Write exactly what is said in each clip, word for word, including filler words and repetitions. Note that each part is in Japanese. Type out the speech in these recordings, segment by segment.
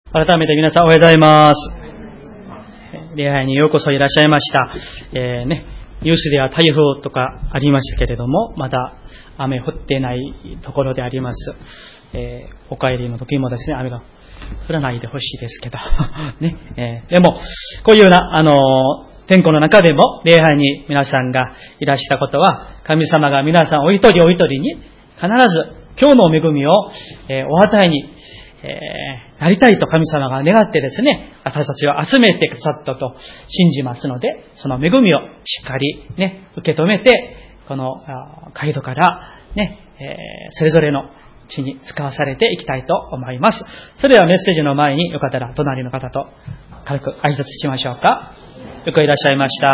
改めて皆さんおはようございます。礼拝にようこそいらっしゃいました。えー、ね、ニュースでは台風とかありましたけれども、まだ雨降ってないところであります。えー、お帰りの時もですね、雨が降らないでほしいですけど、ね、えー、でもこういうようなあの天候の中でも礼拝に皆さんがいらしたことは、神様が皆さんお一人お一人に必ず今日の恵みを、えー、お与えに。えー、やりたいと神様が願ってですね、私たちを集めてくださったと信じますので、その恵みをしっかりね、受け止めて、この街道からね、えー、それぞれの地に使わされていきたいと思います。それではメッセージの前によかったら隣の方と軽く挨拶しましょうか。よくいらっしゃいました。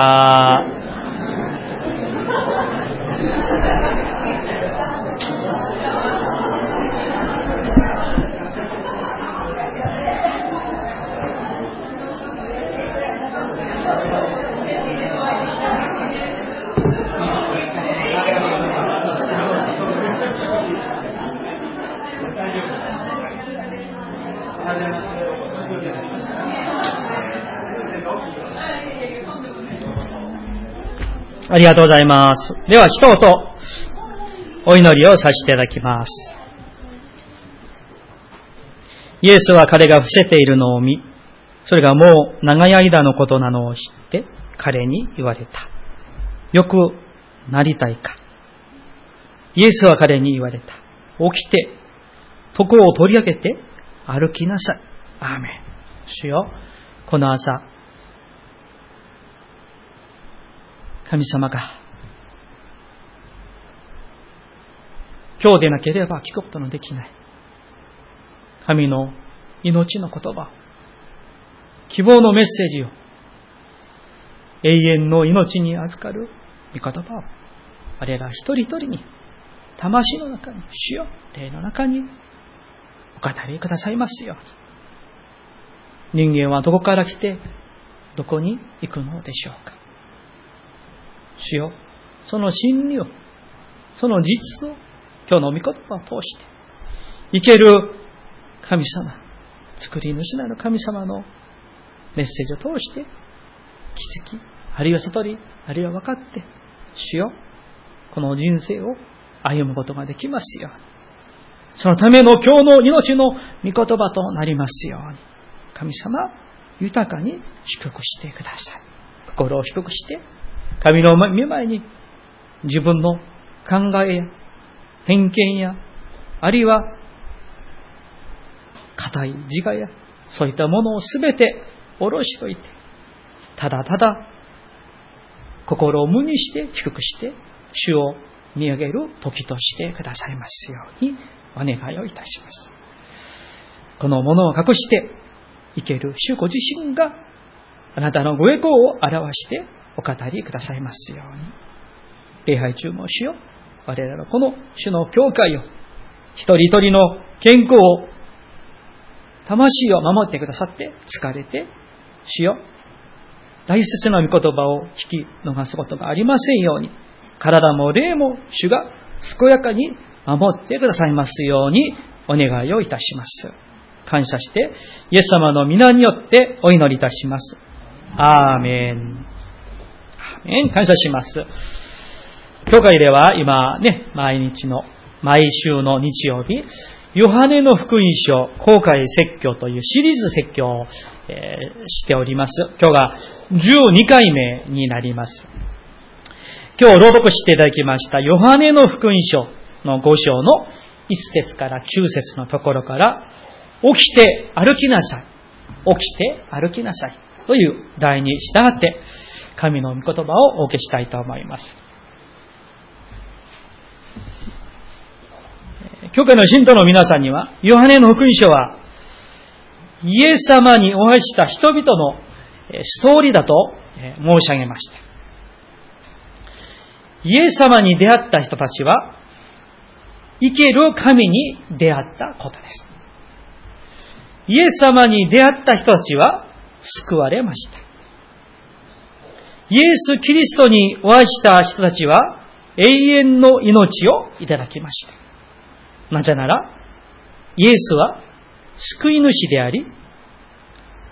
ありがとうございます。では、一言、お祈りをさせていただきます。イエスは彼が伏せているのを見、それがもう長い間のことなのを知って、彼に言われた。よくなりたいか。イエスは彼に言われた。起きて、床を取り上げて、歩きなさい。アーメン。主よ、この朝、神様が今日でなければ聞くことのできない神の命の言葉、希望のメッセージを、永遠の命に預かる御言葉を我ら一人一人に魂の中に、主よ、霊の中にお語りくださいますように。人間はどこから来てどこに行くのでしょうか。主よ、その真理を、その実を今日の御言葉を通して生ける神様、作り主なる神様のメッセージを通して気づき、あるいは悟り、あるいは分かって、主よ、この人生を歩むことができますように。そのための今日の命の御言葉となりますように。神様、豊かに祝福してください。心を低くして神の御前に自分の考えや偏見や、あるいは固い自我や、そういったものをすべて下ろしといて、ただただ心を無にして低くして主を見上げる時としてくださいますようにお願いをいたします。このものを隠して生ける主ご自身があなたのご栄光を表してお語りくださいますように。礼拝中も主よ、我らのこの主の教会を、一人一人の健康を、魂を守ってくださって、疲れて、主よ、大切な御言葉を聞き逃すことがありませんように、体も霊も主が健やかに守ってくださいますようにお願いをいたします。感謝して、イエス様の皆によってお祈りいたします。アーメン。感謝します。教会では今ね、毎日の、毎週の日曜日、ヨハネの福音書公開説教というシリーズ説教を、えー、しております。今日がじゅうにかいめになります。今日朗読していただきましたヨハネの福音書のご章のいち節からきゅう節のところから、起きて歩きなさい。起きて歩きなさい。という題に従って、神の御言葉をお受けしたいと思います。教会の信徒の皆さんには、ヨハネの福音書は、イエス様にお会いした人々のストーリーだと申し上げました。イエス様に出会った人たちは、生ける神に出会ったことです。イエス様に出会った人たちは救われました。イエス・キリストにお会いした人たちは永遠の命をいただきました。なぜなら、イエスは救い主であり、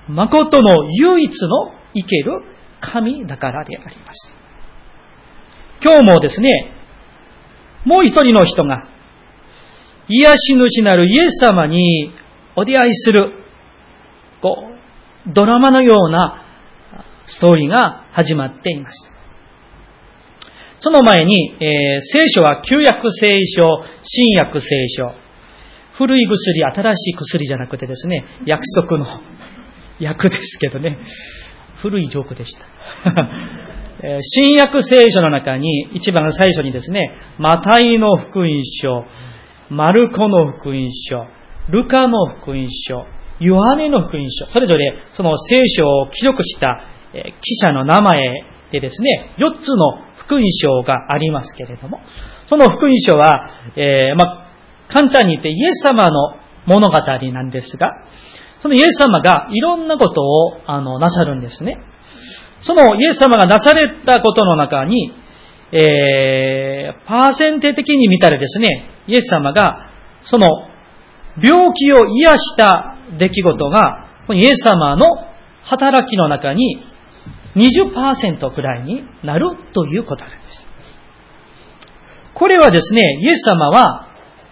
誠の唯一の生ける神だからであります。今日もですね、もう一人の人が、癒し主なるイエス様にお出会いする、こう、ドラマのようなストーリーが始まっています。その前に、えー、聖書は旧約聖書、新約聖書、古い薬、新しい薬じゃなくてですね、約束の訳ですけどね、古いジョークでした。新約聖書の中に一番最初にですね、マタイの福音書、マルコの福音書、ルカの福音書、ヨハネの福音書、それぞれその聖書を記録した記者の名前でですね、よっつの福音書がありますけれども、その福音書は、えー、まあ、簡単に言ってイエス様の物語なんですが、そのイエス様がいろんなことをあのなさるんですね。そのイエス様がなされたことの中に、えー、パーセンテ的に見たらですね、イエス様がその病気を癒した出来事が、イエス様の働きの中に にじゅっパーセント くらいになるということなんです。これはですね、イエス様は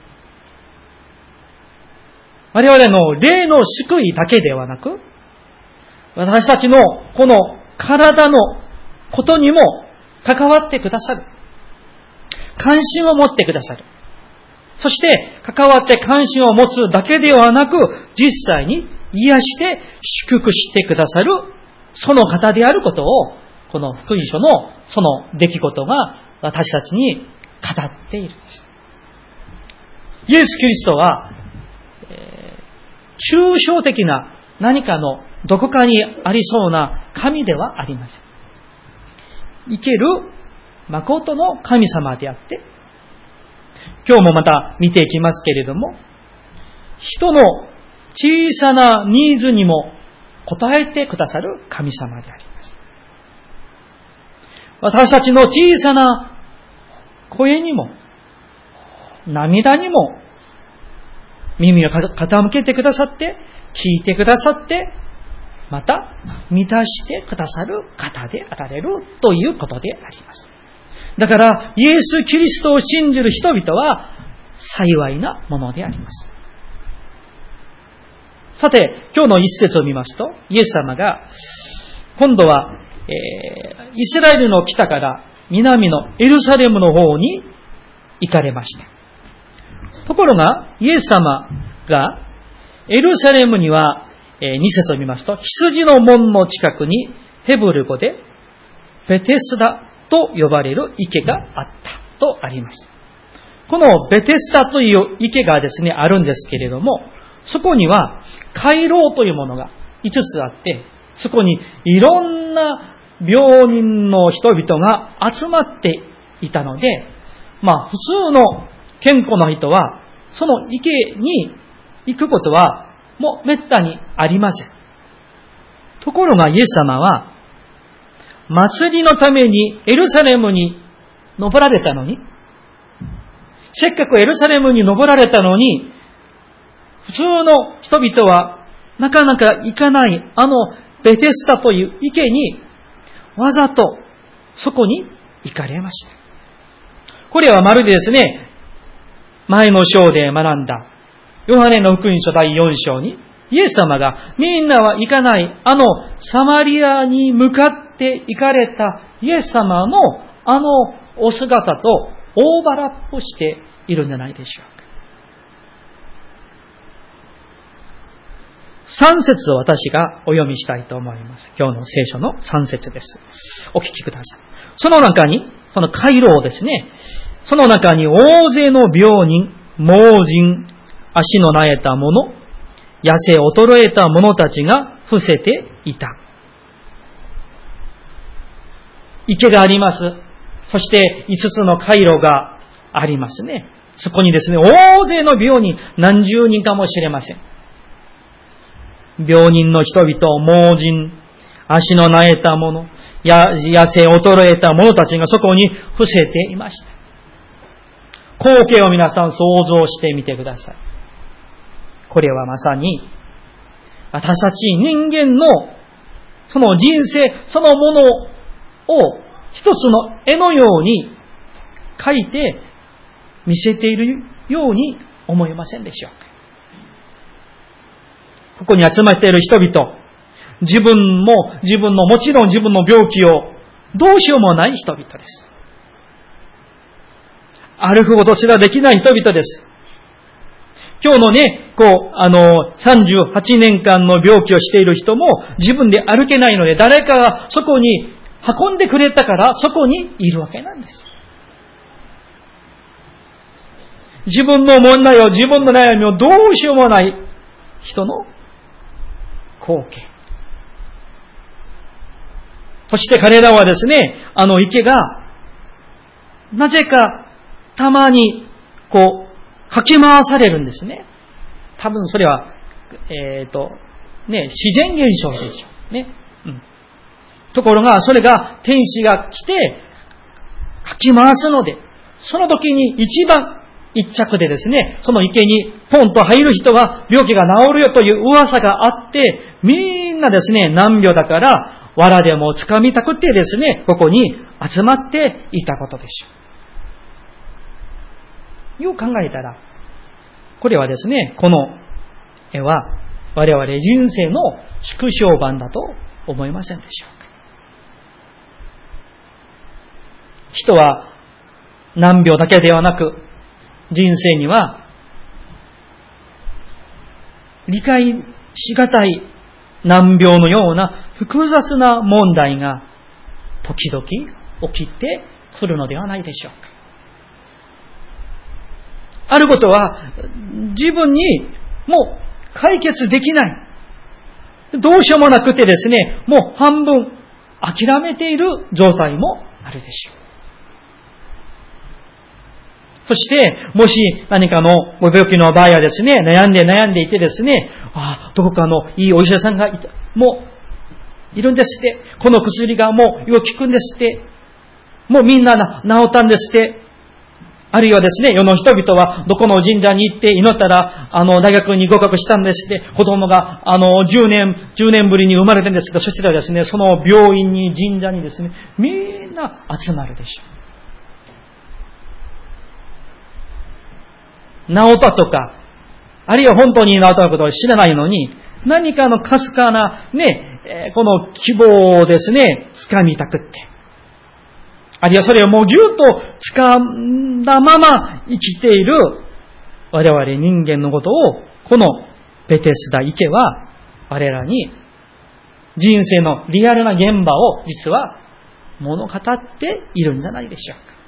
我々の霊の救いだけではなく、私たちのこの体のことにも関わってくださる。関心を持ってくださる。そして関わって関心を持つだけではなく、実際に癒して祝福してくださるその方であることを、この福音書のその出来事が私たちに語っているんです。イエス・キリストは、えー、抽象的な何かのどこかにありそうな神ではありません。生ける誠の神様であって、今日もまた見ていきますけれども、人の小さなニーズにも応えてくださる神様であります。私たちの小さな声にも、涙にも耳を傾けてくださって、聞いてくださって、また満たしてくださる方であられるということであります。だから、イエス・キリストを信じる人々は幸いなものであります。さて、今日の一節を見ますと、イエス様が、今度は、えー、イスラエルの北から南のエルサレムの方に行かれました。ところが、イエス様が、エルサレムには、えー、二節を見ますと、羊の門の近くにヘブル語で、ベテスダと呼ばれる池があったとあります。このベテスダという池がですね、あるんですけれども、そこには回廊というものがいつつあって、そこにいろんな病人の人々が集まっていたので、まあ普通の健康な人はその池に行くことはもう滅多にありません。ところがイエス様は祭りのためにエルサレムに登られたのに、せっかくエルサレムに登られたのに、普通の人々はなかなか行かないあのベテスダという池にわざとそこに行かれました。これはまるでですね、前の章で学んだヨハネの福音書だいよん章にイエス様がみんなは行かないあのサマリアに向かって行かれたイエス様のあのお姿とオーバーラップしているんじゃないでしょうか。三節を私がお読みしたいと思います。今日の聖書の三節です。お聞きください。その中に、その回廊ですね。その中に大勢の病人、盲人、足のなえた者、痩せ衰えた者たちが伏せていた。池があります。そして五つの回廊がありますね。そこにですね、大勢の病人、何十人かもしれません。病人の人々、盲人、足のなえた者、や痩せ衰えた者たちがそこに伏せていました。光景を皆さん想像してみてください。これはまさに私たち人間のその人生そのものを一つの絵のように描いて見せているように思いませんでしょうか。ここに集まっている人々、自分も自分のもちろん自分の病気をどうしようもない人々です。歩くことすらできない人々です。今日のね、こう、あの、さんじゅうはちねんかんの病気をしている人も自分で歩けないので、誰かがそこに運んでくれたからそこにいるわけなんです。自分の問題を、自分の悩みをどうしようもない人の光景。そして彼らはですね、あの池が、なぜかたまにこう、かき回されるんですね。多分それは、えっと、ね、自然現象でしょう。ね。うん。ところが、それが天使が来て、かき回すので、その時に一番、一着でですね、その池にポンと入る人が病気が治るよという噂があって、みんなですね、難病だから、藁でも掴みたくてですね、ここに集まっていたことでしょう。よう考えたら、これはですね、この絵は我々人生の縮小版だと思いませんでしょうか。人は難病だけではなく、人生には理解しがたい難病のような複雑な問題が時々起きてくるのではないでしょうか。あることは自分にもう解決できない。どうしようもなくてですね、もう半分諦めている状態もあるでしょう。そして、もし何かのご病気の場合はですね、悩んで悩んでいてですね、ああ、どこかのいいお医者さんがいた、もういるんですって、この薬がもうよく効くんですって、もうみんな治ったんですって、あるいはですね、世の人々はどこの神社に行って祈ったら、あの、大学に合格したんですって、子供が、あの、じゅうねん、じゅうねんぶりに生まれてるんですけど、そしたらですね、その病院に、神社にですね、みんな集まるでしょう。治ったとか、あるいは本当に治ったことを知らないのに、何かのかすかな、ね、この希望をですね、掴みたくって。あるいはそれをもうぎゅっと掴んだまま生きている我々人間のことを、このベテスダ池は我らに人生のリアルな現場を実は物語っているんじゃないでしょうか。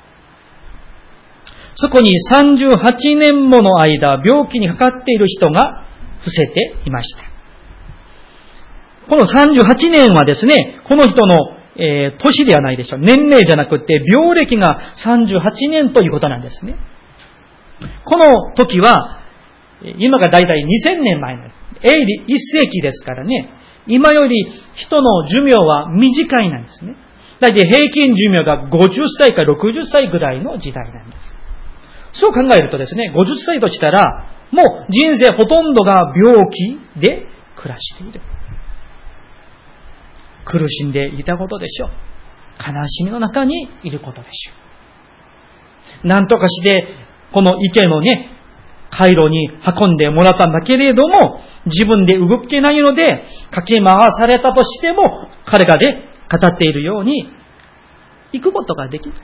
そこにさんじゅうはちねんもの間、病気にかかっている人が伏せていました。このさんじゅうはちねんはですね、この人の、えー、年ではないでしょう。年齢じゃなくて、病歴がさんじゅうはちねんということなんですね。この時は、今がだいたいにせんねんまえなんです。エイリいっせいきですからね、今より人の寿命は短いなんですね。だいたい平均寿命がごじゅっさいかろくじゅっさいぐらいの時代なんです。そう考えるとですね、ごじゅっさいとしたら、もう人生ほとんどが病気で暮らしている。苦しんでいたことでしょう。悲しみの中にいることでしょう。なんとかして、この池のね、回路に運んでもらったんだけれども、自分で動けないので、かき回されたとしても、彼がで語っているように、行くことができない。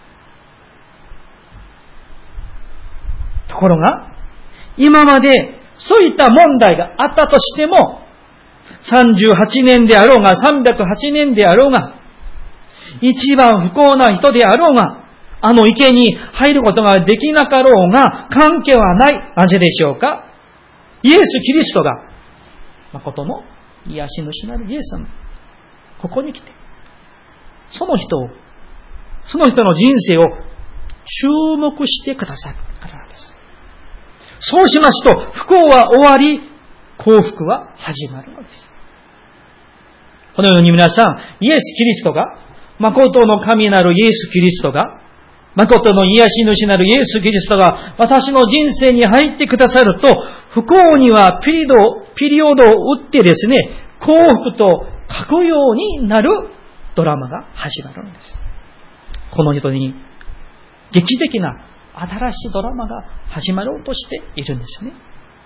ところが、今までそういった問題があったとしても、さんじゅうはちねんであろうが、さんびゃくはちねんであろうが、一番不幸な人であろうが、あの池に入ることができなかろうが、関係はない。なぜでしょうか？イエス・キリストが、誠の癒し主なるイエス様、ここに来て、その人を、その人の人生を注目してくださるからなんです。そうしますと、不幸は終わり、幸福は始まるのです。このように皆さん、イエス・キリストが、誠の神なるイエス・キリストが、誠の癒し主なるイエス・キリストが私の人生に入ってくださると、不幸にはピリドピリオドを打ってですね、幸福と書くようになるドラマが始まるんです。この人に劇的な新しいドラマが始まろうとしているんですね。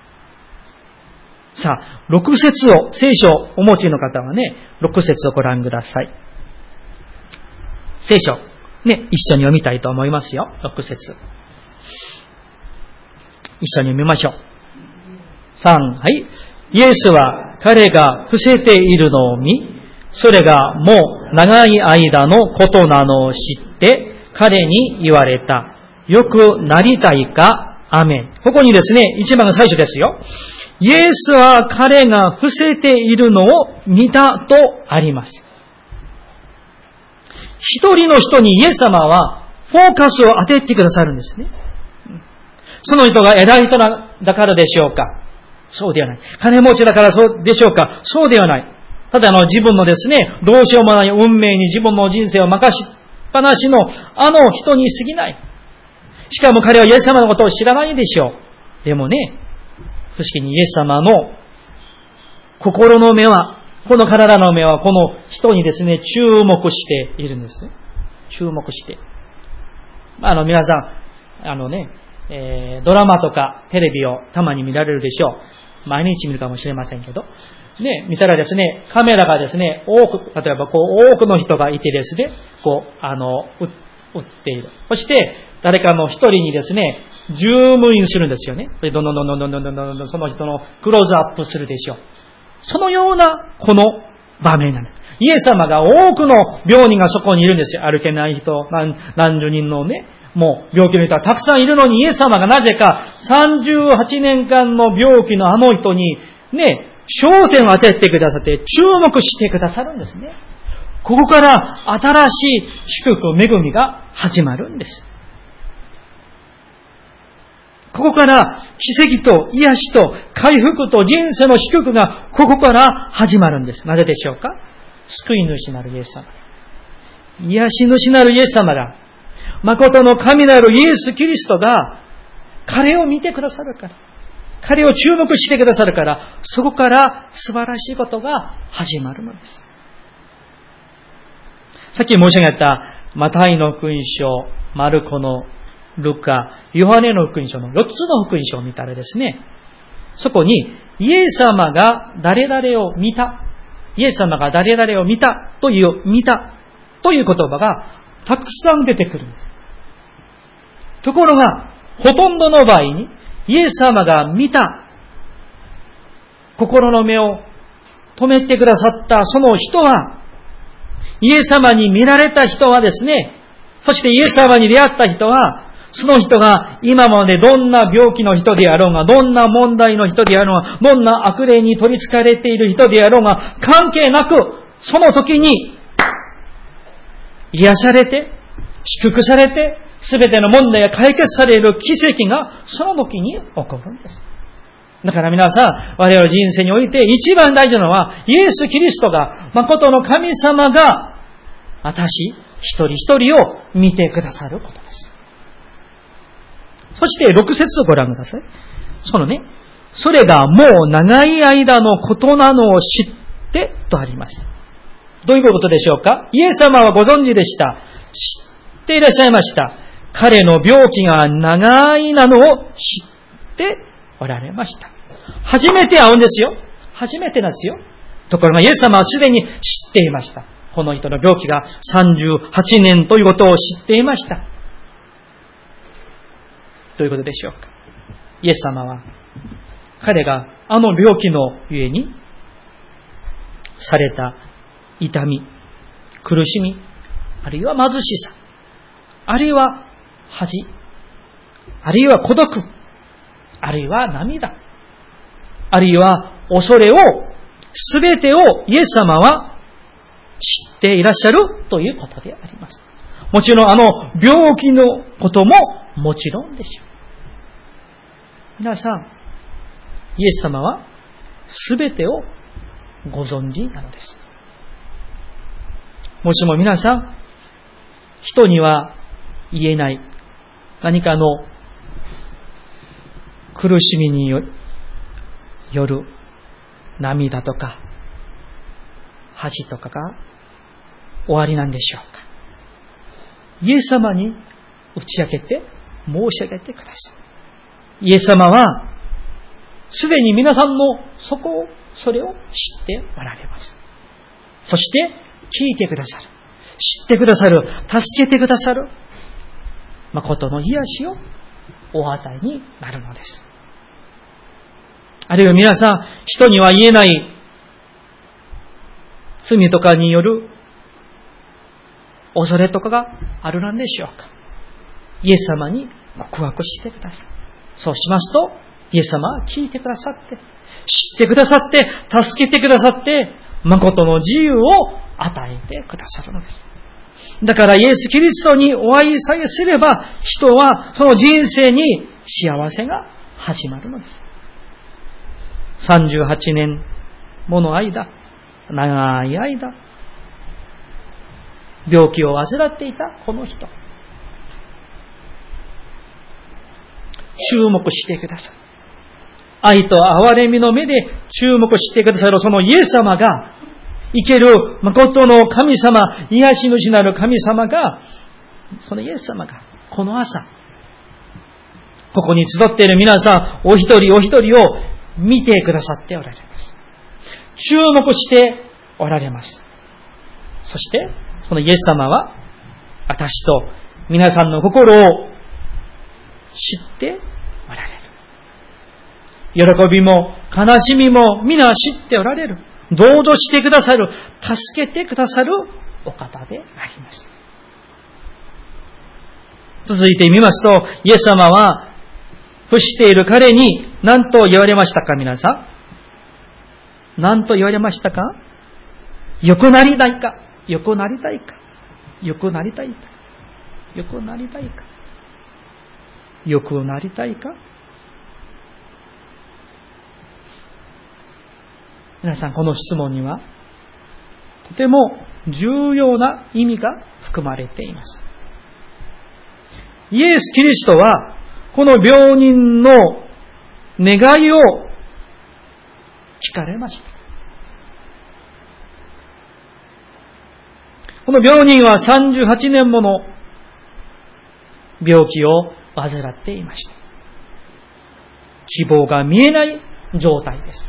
さあ、ろく節を、聖書をお持ちの方はね、ろく節をご覧ください。聖書、ね、一緒に読みたいと思いますよ。ろく節。一緒に読みましょう。さん、はい。イエスは彼が伏せているのを見、それがもう長い間のことなのを知って、彼に言われた。よくなりたいか、アメン。ここにですね、一番が最初ですよ。イエスは彼が伏せているのを見たとあります。一人の人にイエス様はフォーカスを当ててくださるんですね。その人が偉い人だからでしょうか？そうではない。金持ちだからそうでしょうか？そうではない。ただあの自分のですね、どうしようもない運命に自分の人生を任しっぱなしのあの人に過ぎない。しかも彼はイエス様のことを知らないでしょう。でもね、不思議にイエス様の心の目は、この体の目はこの人にですね、注目しているんですね。注目して。あの皆さん、あのね、えー、ドラマとかテレビをたまに見られるでしょう。毎日見るかもしれませんけど。ね、見たらですね、カメラがですね、多く、例えばこう多くの人がいてですね、こう、あの、打っている。そして、誰かの一人にですね、ズームインするんですよね。どんどんどんどんどんどんどんどんどんその人のクローズアップするでしょう。そのような、この場面なんです。イエス様が多くの病人がそこにいるんですよ。歩けない人、何、何十人のね、もう病気の人はたくさんいるのに、イエス様がなぜかさんじゅうはちねんかんの病気のあの人に、ね、焦点を当ててくださって、注目してくださるんですね。ここから新しい祝福、恵みが始まるんです。ここから奇跡と癒しと回復と人生の祝福がここから始まるんです。なぜでしょうか？救い主なるイエス様。癒し主なるイエス様が、誠の神なるイエス・キリストが彼を見てくださるから、彼を注目してくださるから、そこから素晴らしいことが始まるのです。さっき申し上げたマタイの福音書、マルコのルカ、ヨハネの福音書のよっつの福音書を見たらですね、そこにイエス様が誰々を見た、イエス様が誰々を見たという、見たという言葉がたくさん出てくるんです。ところが、ほとんどの場合に、イエス様が見た、心の目を止めてくださったその人は、イエス様に見られた人はですね、そしてイエス様に出会った人は、その人が今までどんな病気の人であろうが、どんな問題の人であろうが、どんな悪霊に取り憑かれている人であろうが、関係なく、その時に、癒されて、祝福されて、すべての問題が解決される奇跡が、その時に起こるんです。だから皆さん、我々人生において一番大事なのは、イエス・キリストが、誠の神様が、私、一人一人を見てくださることです。そして、ろく節をご覧ください。そのね、それがもう長い間のことなのを知って、とあります。どういうことでしょうか？イエス様はご存知でした。知っていらっしゃいました。彼の病気が長いなのを知っておられました。初めて会うんですよ。初めてなんですよ。ところがイエス様はすでに知っていました。この人の病気がさんじゅうはちねんということを知っていました。どういうことでしょうか？イエス様は彼があの病気のゆえにされた痛み、苦しみ、あるいは貧しさ、あるいは恥、あるいは孤独、あるいは涙、あるいは恐れを、すべてをイエス様は知っていらっしゃるということであります。もちろんあの病気のことももちろんでしょう。皆さん、イエス様はすべてをご存知なのです。もしも皆さん、人には言えない何かの苦しみによる涙とか恥とかが終わりなんでしょうか。イエス様に打ち明けて申し上げてください。イエス様はすでに皆さんのそこを、それを知っておられます。そして聞いてくださる。知ってくださる。助けてくださる。誠の癒しをお与えになるのです。あるいは皆さん、人には言えない罪とかによる恐れとかがあるなんでしょうか。イエス様に告白してください。そうしますと、イエス様は聞いてくださって、知ってくださって、助けてくださって、誠の自由を与えてくださるのです。だからイエス・キリストにお会いさえすれば、人はその人生に幸せが始まるのです。さんじゅうはちねんもの間、長い間、病気を患っていたこの人。注目してください。愛と憐れみの目で注目してくださるそのイエス様が、生ける誠の神様、癒し主なる神様が、そのイエス様が、この朝、ここに集っている皆さん、お一人お一人を見てくださっておられます。注目しておられます。そして、そのイエス様は、私と皆さんの心を知っておられる。喜びも悲しみも皆知っておられる。同情してくださる、助けてくださるお方であります。続いてみますと、イエス様は、伏している彼に何と言われましたか、皆さん。何と言われましたか？良くなりたいか？良くなりたいか？良くなりたいか？良くなりたいか？良くなりたいか？皆さん、この質問にはとても重要な意味が含まれています。イエス・キリストはこの病人の願いを聞かれました。この病人はさんじゅうはちねんもの病気を患っていました。希望が見えない状態です。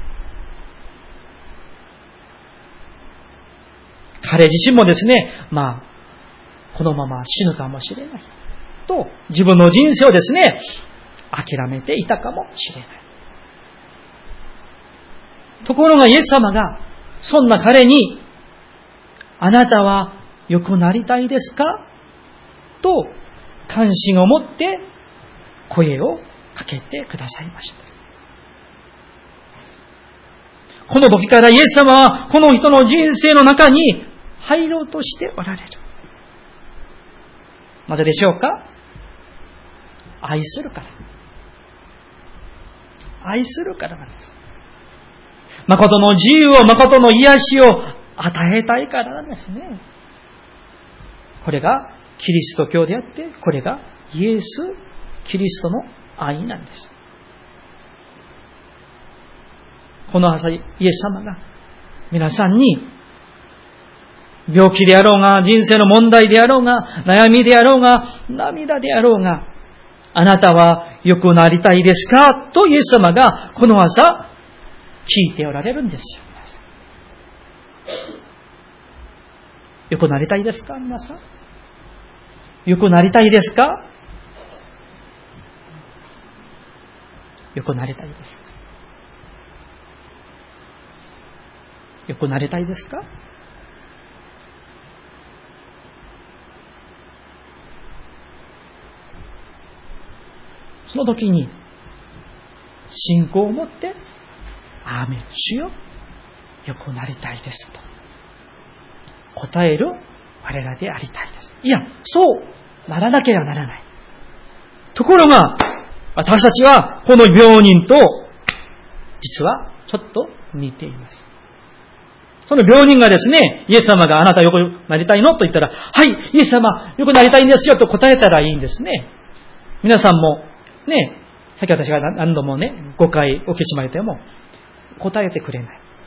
彼自身もですね、まあ、このまま死ぬかもしれないと、自分の人生をですね、諦めていたかもしれない。ところがイエス様が、そんな彼に、あなたは良くなりたいですか？と、関心を持って声をかけてくださいました。この時からイエス様は、この人の人生の中に入ろうとしておられる。なぜでしょうか？愛するから。愛するからなんです。誠の自由を、誠の癒しを与えたいからなんですね。これがキリスト教であって、これがイエス・キリストの愛なんです。この朝、イエス様が皆さんに、病気であろうが、人生の問題であろうが、悩みであろうが、涙であろうが、あなたは良くなりたいですか？とイエス様がこの朝聞いておられるんですよ。良くなりたいですか？皆さん。良くなりたいですか？良くなりたいですか？良くなりたいですか？その時に信仰を持ってアーメン、主よ、良くなりたいですと答える我らでありたいです。いや、そうならなければならない。ところが私たちはこの病人と実はちょっと似ています。その病人がですね、イエス様があなた良くなりたいのと言ったら、はい、イエス様良くなりたいんですよと答えたらいいんですね。皆さんもね、さっき私が何度もね、誤解を受けちまいても答えてくれない。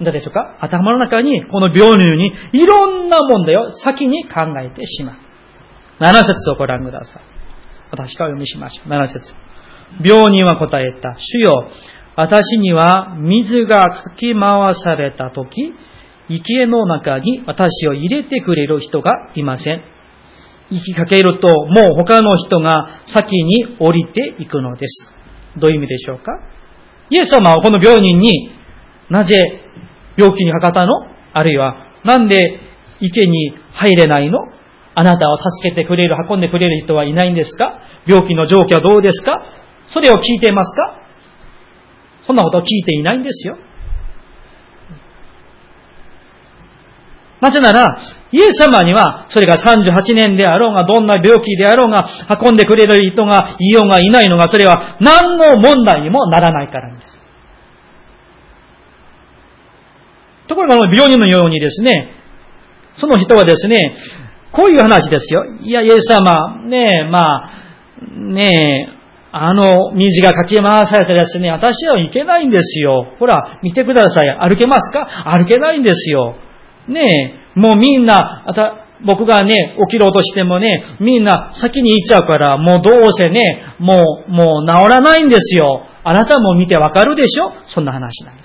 どうでしょうか？頭の中に、この病人にいろんな問題を先に考えてしまう。なな節をご覧ください。私からお読みしましょう。なな節。病人は答えた。主よ、私には水がかき回されたとき、池の中に私を入れてくれる人がいません。息かけると、もう他の人が先に降りていくのです。どういう意味でしょうか？イエス様はこの病人に、なぜ病気にかかったの？あるいは、なんで池に入れないの？あなたを助けてくれる、運んでくれる人はいないんですか？病気の状況はどうですか？それを聞いていますか？そんなことを聞いていないんですよ。なぜなら、イエス様には、それがさんじゅうはちねんであろうが、どんな病気であろうが、運んでくれる人がいようがいないのが、それは何の問題にもならないからです。ところが、病人のようにですね、その人はですね、こういう話ですよ。いや、イエス様、ねえ、まあ、ねえ、あの、水がかき回されてですね、私は行けないんですよ。ほら、見てください。歩けますか？歩けないんですよ。ねえ、もうみんな、あた僕がね、起きろうとしてもね、みんな先に行っちゃうから、もうどうせね、もう、もう治らないんですよ。あなたも見てわかるでしょ？そんな話なんです。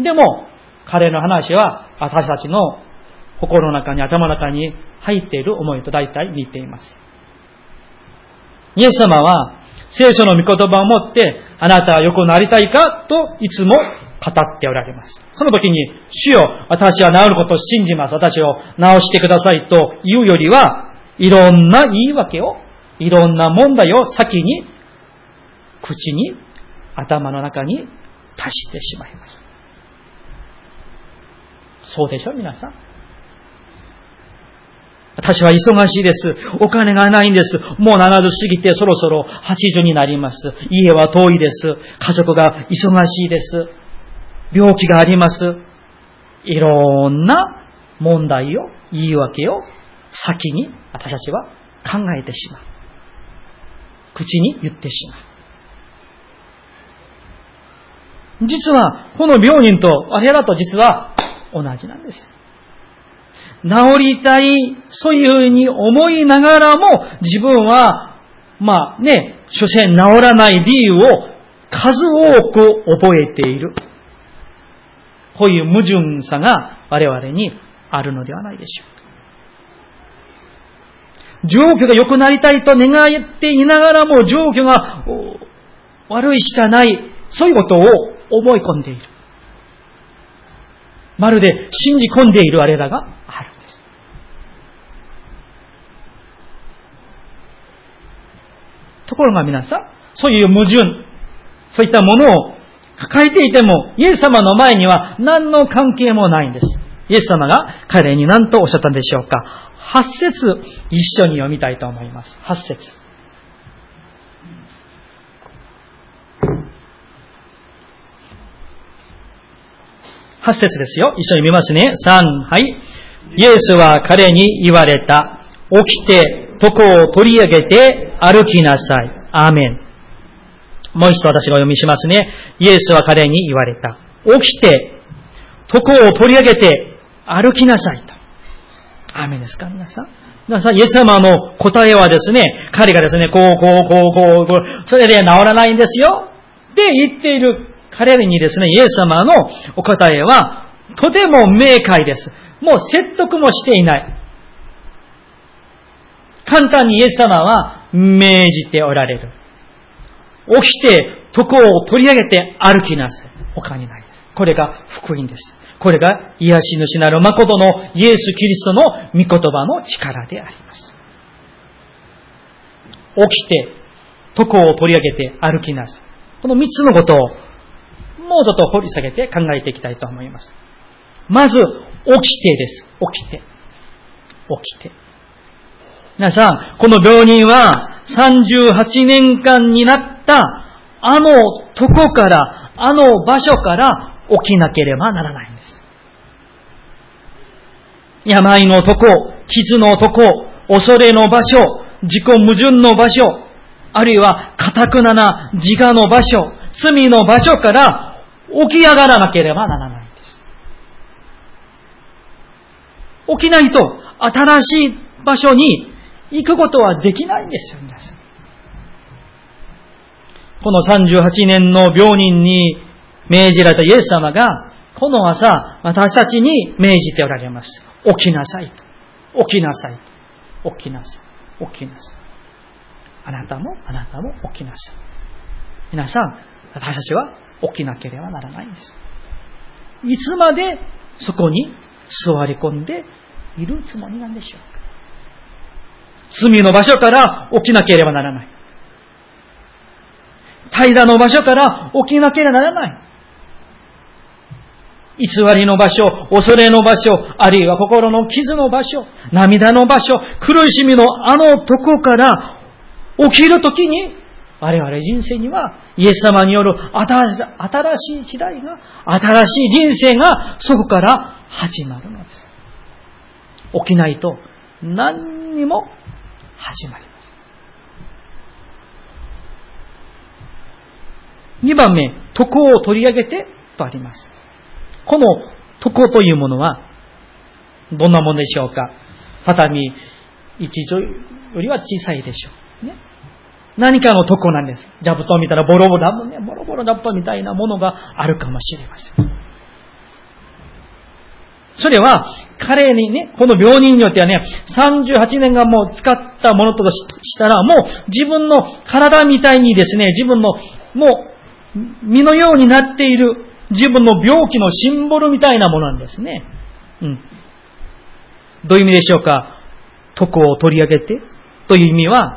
でも、彼の話は、私たちの心の中に、頭の中に入っている思いと大体似ています。イエス様は、聖書の御言葉を持って、あなたは良くなりたいかといつも語っておられます。その時に、主よ、私は治ることを信じます。私を治してくださいと言うよりは、いろんな言い訳を、いろんな問題を先に、口に、頭の中に足してしまいます。そうでしょ、皆さん。私は忙しいです。お金がないんです。もうななじゅう過ぎてそろそろはちじゅうになります。家は遠いです。家族が忙しいです。病気があります。いろんな問題を、言い訳を先に私たちは考えてしまう。口に言ってしまう。実は、この病人と我々と実は同じなんです。治りたい、そういうふうに思いながらも、自分は、まあね、所詮治らない理由を数多く覚えている。こういう矛盾さが我々にあるのではないでしょうか。状況が良くなりたいと願っていながらも、状況が悪いしかない、そういうことを思い込んでいる。まるで信じ込んでいるあれらがあるんです。ところが皆さん、そういう矛盾、そういったものを抱えていても、イエス様の前には何の関係もないんです。イエス様が彼に何とおっしゃったんでしょうか。はち節一緒に読みたいと思います。はち節。はち節ですよ。一緒に見ますね。さん、はい。イエスは彼に言われた。起きて、床を取り上げて歩きなさい。アーメン。もう一度私がお読みしますね。イエスは彼に言われた。起きて、床を取り上げて歩きなさいと。アーメンですか、皆さん。皆さん、イエス様の答えはですね、彼がですね、こう、こう、こう、こう、こう、それで治らないんですよ。って言っている彼にですね、イエス様のお答えは、とても明快です。もう説得もしていない。簡単にイエス様は命じておられる。起きて、床を取り上げて歩きなさい。他にないです。これが福音です。これが癒し主なる誠のイエス・キリストの御言葉の力であります。起きて、床を取り上げて歩きなさい。この三つのことをもうちょっと掘り下げて考えていきたいと思います。まず、起きてです。起きて。起きて。皆さん、この病人はさんじゅうはちねんかんになったあの床から、あの場所から起きなければならないんです。病の床、傷の床、恐れの場所、自己矛盾の場所、あるいは堅くなな自我の場所、罪の場所から起き上がらなければならないんです。起きないと新しい場所に行くことはできないんですよ、皆さん。このさんじゅうはちねんの病人に命じられたイエス様が、この朝、私たちに命じておられます。起きなさいと。起きなさいと。起きなさい。起きなさい。あなたも、あなたも起きなさい。皆さん、私たちは起きなければならないんです。いつまでそこに座り込んでいるつもりなんでしょうか。罪の場所から起きなければならない。怠惰の場所から起きなければならない。偽りの場所、恐れの場所、あるいは心の傷の場所、涙の場所、苦しみのあのとこから起きるときに、我々人生にはイエス様による新しい時代が、新しい人生がそこから始まるのです。起きないと何にも始まります。にばんめ、徳を取り上げてとあります。この徳というものはどんなものでしょうか。畳一畳よりは小さいでしょう。ね、何かの徳なんです。座布団見たらボロボロ、ね、ボロボロ座布団みたいなものがあるかもしれません。それは彼にね、この病人によってはね、さんじゅうはちねんがもう使ったものとしたら、もう自分の体みたいにですね、自分のもう身のようになっている自分の病気のシンボルみたいなものなんですね。うん。どういう意味でしょうか。徳を取り上げてという意味は、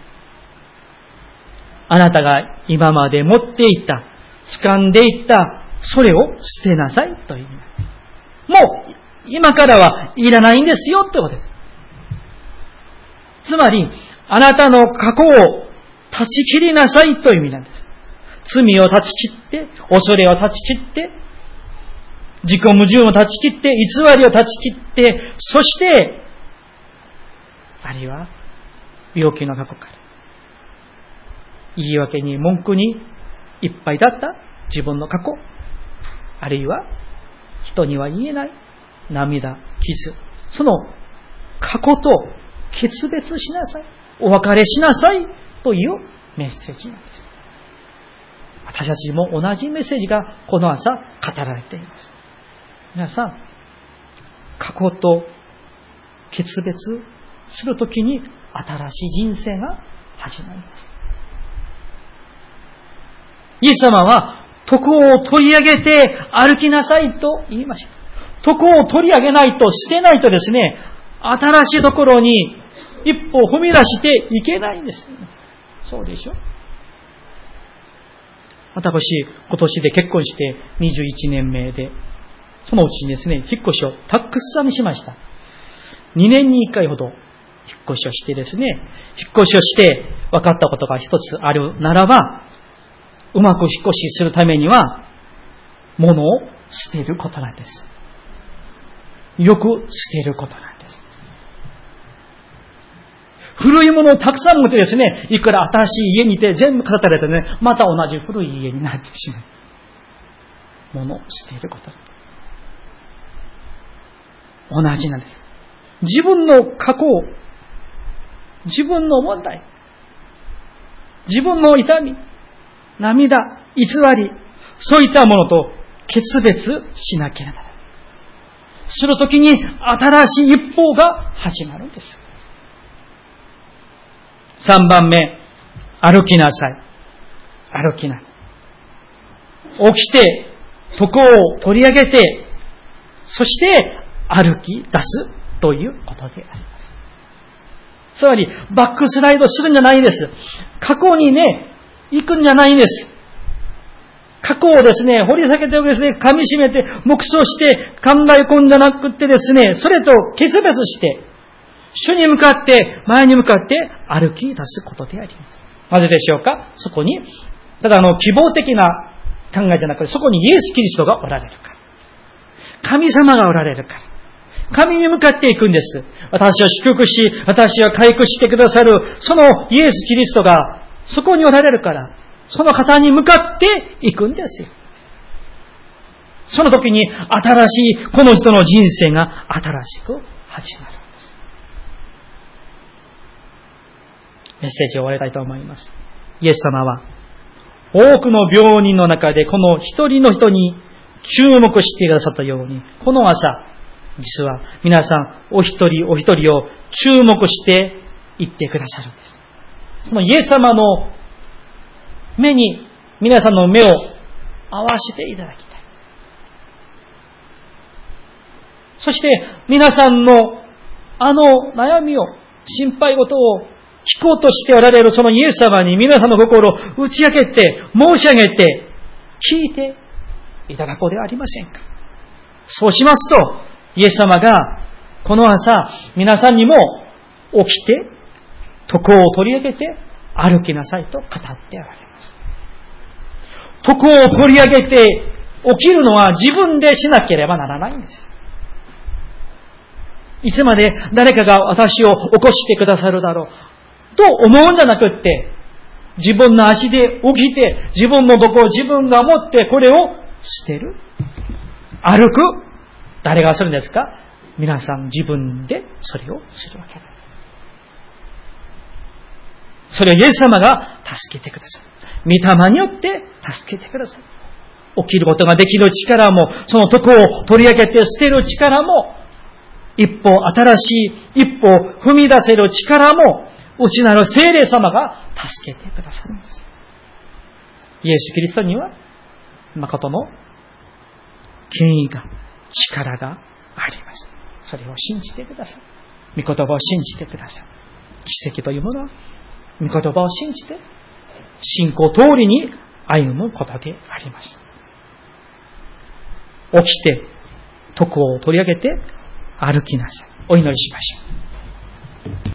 あなたが今まで持っていた、掴んでいた、それを捨てなさいという意味なんです。もう今からはいらないんですよってことです。つまり、あなたの過去を断ち切りなさいという意味なんです。罪を断ち切って、恐れを断ち切って、自己矛盾を断ち切って、偽りを断ち切って、そして、あるいは病気の過去から、言い訳に文句にいっぱいだった自分の過去、あるいは人には言えない涙、傷、その過去と決別しなさい、お別れしなさいというメッセージなんです。私たちも同じメッセージがこの朝語られています。皆さん、過去と決別するときに新しい人生が始まります。イエス様は徳を取り上げて歩きなさいと言いました。徳を取り上げないと、捨てないとですね、新しいところに一歩踏み出していけないんです。そうでしょ。私、今年で結婚してにじゅういちねんめで、そのうちにですね、引っ越しをたくさんしました。にねんにいっかいほど引っ越しをしてですね、引っ越しをして分かったことが一つあるならば、うまく引っ越しするためには、物を捨てることなんです。よく捨てることなんです。古いものをたくさん持ってですね、いくら新しい家にいて全部片たれてね、また同じ古い家になってしまう。物を捨てること。同じなんです。自分の過去を、自分の問題、自分の痛み、涙、偽り、そういったものと決別しなければならない。するときに新しい一歩が始まるんです。さんばんめ、歩きなさい。歩きな。起きて、徳を取り上げて、そして歩き出すということであります。つまり、バックスライドするんじゃないんです。過去にね、行くんじゃないんです。過去をですね、掘り下げてですね、噛み締めて、黙想して考え込んじゃなくてですね、それと決別して、主に向かって、前に向かって歩き出すことであります。なぜでしょうか。そこに、ただあの、希望的な考えじゃなくて、そこにイエス・キリストがおられるから。神様がおられるから。神に向かっていくんです。私を祝福し、私を回復してくださる、そのイエス・キリストが、そこにおられるから、その方に向かっていくんですよ。 その時に新しい、この人の人生が新しく始まるんです。メッセージを終わりたいと思います。イエス様は、多くの病人の中でこの一人の人に注目してくださったように、この朝、実は皆さんお一人お一人を注目していってくださるんです。そのイエス様の目に皆さんの目を合わせていただきたい。そして皆さんのあの悩みを、心配事を聞こうとしておられるそのイエス様に皆さんの心を打ち明けて、申し上げて、聞いていただこうではありませんか。そうしますと、イエス様がこの朝皆さんにも起きて、床を取り上げて歩きなさいと語っておられます。床を取り上げて起きるのは自分でしなければならないんです。いつまで誰かが私を起こしてくださるだろうと思うんじゃなくって、自分の足で起きて、自分の床を自分が持ってこれを捨てる。歩く。誰がするんですか？皆さん自分でそれをするわけだ。それをイエス様が助けてくださる。御霊によって助けてくださる。起きることができる力も、その床を取り上げて捨てる力も、一歩新しい一歩を踏み出せる力も、内なる聖霊様が助けてくださるんです。イエス・キリストには、誠の権威が、力があります。それを信じてください。御言葉を信じてください。奇跡というものは、御言葉を信じて、信仰通りに歩むことであります。起きて、床を取り上げて、歩きなさい。お祈りしましょう。